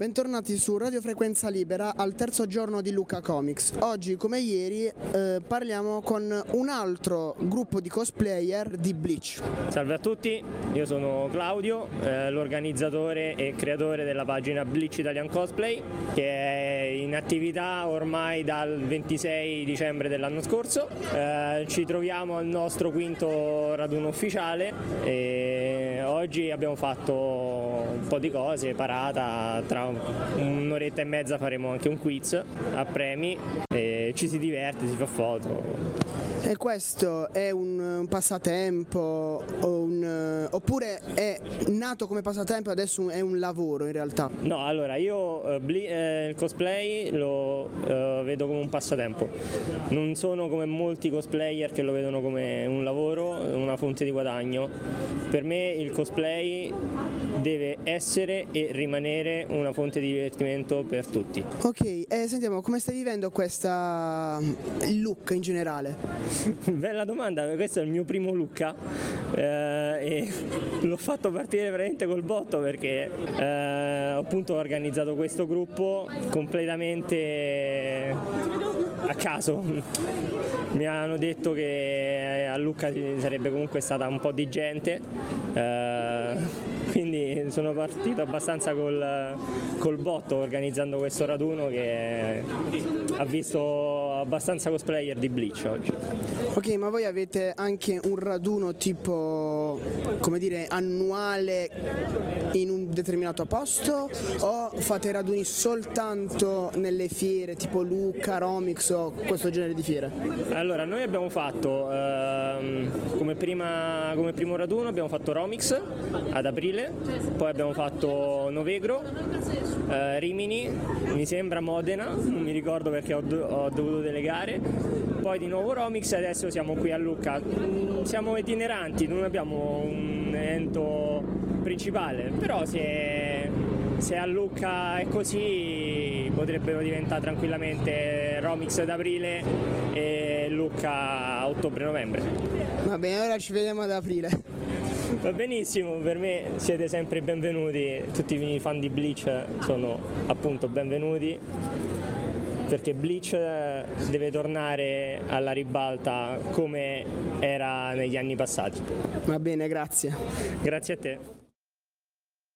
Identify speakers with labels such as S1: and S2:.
S1: Bentornati su Radio Frequenza Libera al terzo giorno di Lucca Comics. Oggi, come ieri, parliamo con un altro gruppo di cosplayer di Bleach.
S2: Salve a tutti, io sono Claudio, l'organizzatore e creatore della pagina Bleach Italian Cosplay, che è in attività ormai dal 26 dicembre dell'anno scorso. Ci troviamo al nostro quinto raduno ufficiale e oggi abbiamo fatto un po' di cose, parata, tra un'oretta e mezza faremo anche un quiz a premi e ci si diverte, si fa foto.
S1: E questo è un passatempo oppure è nato come passatempo e adesso è un lavoro in realtà?
S2: No, allora io il cosplay lo vedo come un passatempo. Non sono come molti cosplayer che lo vedono come un lavoro, una fonte di guadagno. Per me il cosplay deve essere e rimanere una fonte di divertimento per tutti.
S1: Ok, sentiamo, come stai vivendo questa look in generale?
S2: Bella domanda, questo è il mio primo Lucca e l'ho fatto partire veramente col botto perché appunto ho organizzato questo gruppo completamente a caso. Mi hanno detto che a Lucca ci sarebbe comunque stata un po' di gente, quindi sono partito abbastanza col botto organizzando questo raduno che ha visto abbastanza cosplayer di Bleach oggi.
S1: Ok, ma voi avete anche un raduno tipo, come dire, annuale in un determinato posto o fate raduni soltanto nelle fiere tipo Lucca, Romix o questo genere di fiere?
S2: Allora, noi abbiamo fatto come primo raduno abbiamo fatto Romix ad aprile, poi abbiamo fatto Novegro, Rimini, mi sembra Modena, non mi ricordo perché ho dovuto delegare, poi di nuovo Romix e adesso siamo qui a Lucca. Siamo itineranti, non abbiamo un evento principale, però se a Lucca è così potrebbero diventare tranquillamente Romix ad aprile e Lucca a ottobre-novembre.
S1: Va bene, ora ci vediamo ad aprile.
S2: Va benissimo, per me siete sempre benvenuti, tutti i fan di Bleach sono appunto benvenuti perché Bleach deve tornare alla ribalta come era negli anni passati.
S1: Va bene, grazie.
S2: Grazie a te.